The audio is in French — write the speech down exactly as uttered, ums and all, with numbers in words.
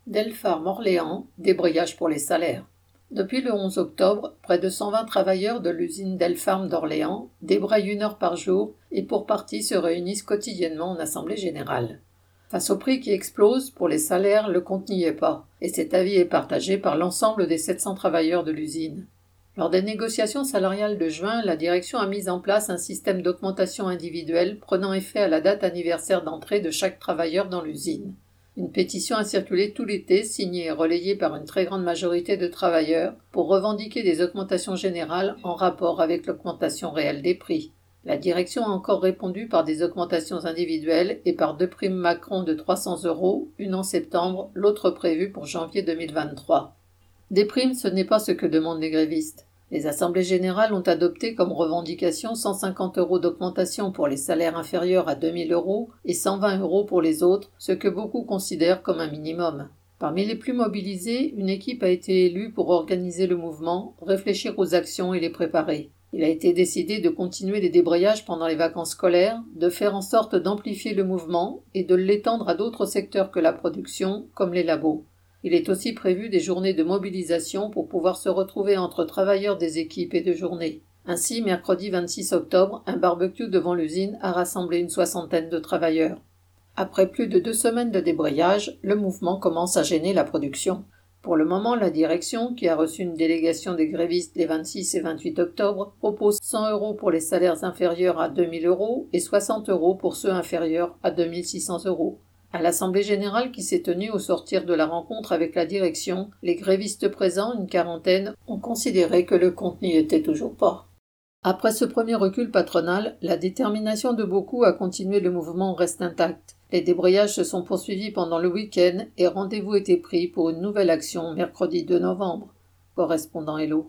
Delpharm Orléans, débrayage pour les salaires. Depuis le onze octobre, près de cent vingt travailleurs de l'usine Delpharm d'Orléans débrayent une heure par jour et pour partie se réunissent quotidiennement en assemblée générale. Face au prix qui explose, pour les salaires, le compte n'y est pas, et cet avis est partagé par l'ensemble des sept cents travailleurs de l'usine. Lors des négociations salariales de juin, la direction a mis en place un système d'augmentation individuelle prenant effet à la date anniversaire d'entrée de chaque travailleur dans l'usine. Une pétition a circulé tout l'été, signée et relayée par une très grande majorité de travailleurs, pour revendiquer des augmentations générales en rapport avec l'augmentation réelle des prix. La direction a encore répondu par des augmentations individuelles et par deux primes Macron de trois cents euros, une en septembre, l'autre prévue pour janvier deux mille vingt-trois. Des primes, ce n'est pas ce que demandent les grévistes. Les assemblées générales ont adopté comme revendication cent cinquante euros d'augmentation pour les salaires inférieurs à deux mille euros et cent vingt euros pour les autres, ce que beaucoup considèrent comme un minimum. Parmi les plus mobilisés, une équipe a été élue pour organiser le mouvement, réfléchir aux actions et les préparer. Il a été décidé de continuer les débrayages pendant les vacances scolaires, de faire en sorte d'amplifier le mouvement et de l'étendre à d'autres secteurs que la production, comme les labos. Il est aussi prévu des journées de mobilisation pour pouvoir se retrouver entre travailleurs des équipes et de journées. Ainsi, mercredi vingt-six octobre, un barbecue devant l'usine a rassemblé une soixantaine de travailleurs. Après plus de deux semaines de débrayage, le mouvement commence à gêner la production. Pour le moment, la direction, qui a reçu une délégation des grévistes les vingt-six et vingt-huit octobre, propose cent euros pour les salaires inférieurs à deux mille euros et soixante euros pour ceux inférieurs à deux mille six cents euros. À l'Assemblée générale qui s'est tenue au sortir de la rencontre avec la direction, les grévistes présents, une quarantaine, ont considéré que le compte n'y était toujours pas. Après ce premier recul patronal, la détermination de beaucoup à continuer le mouvement reste intacte. Les débrayages se sont poursuivis pendant le week-end et rendez-vous était pris pour une nouvelle action mercredi deux novembre. Correspondant Hello.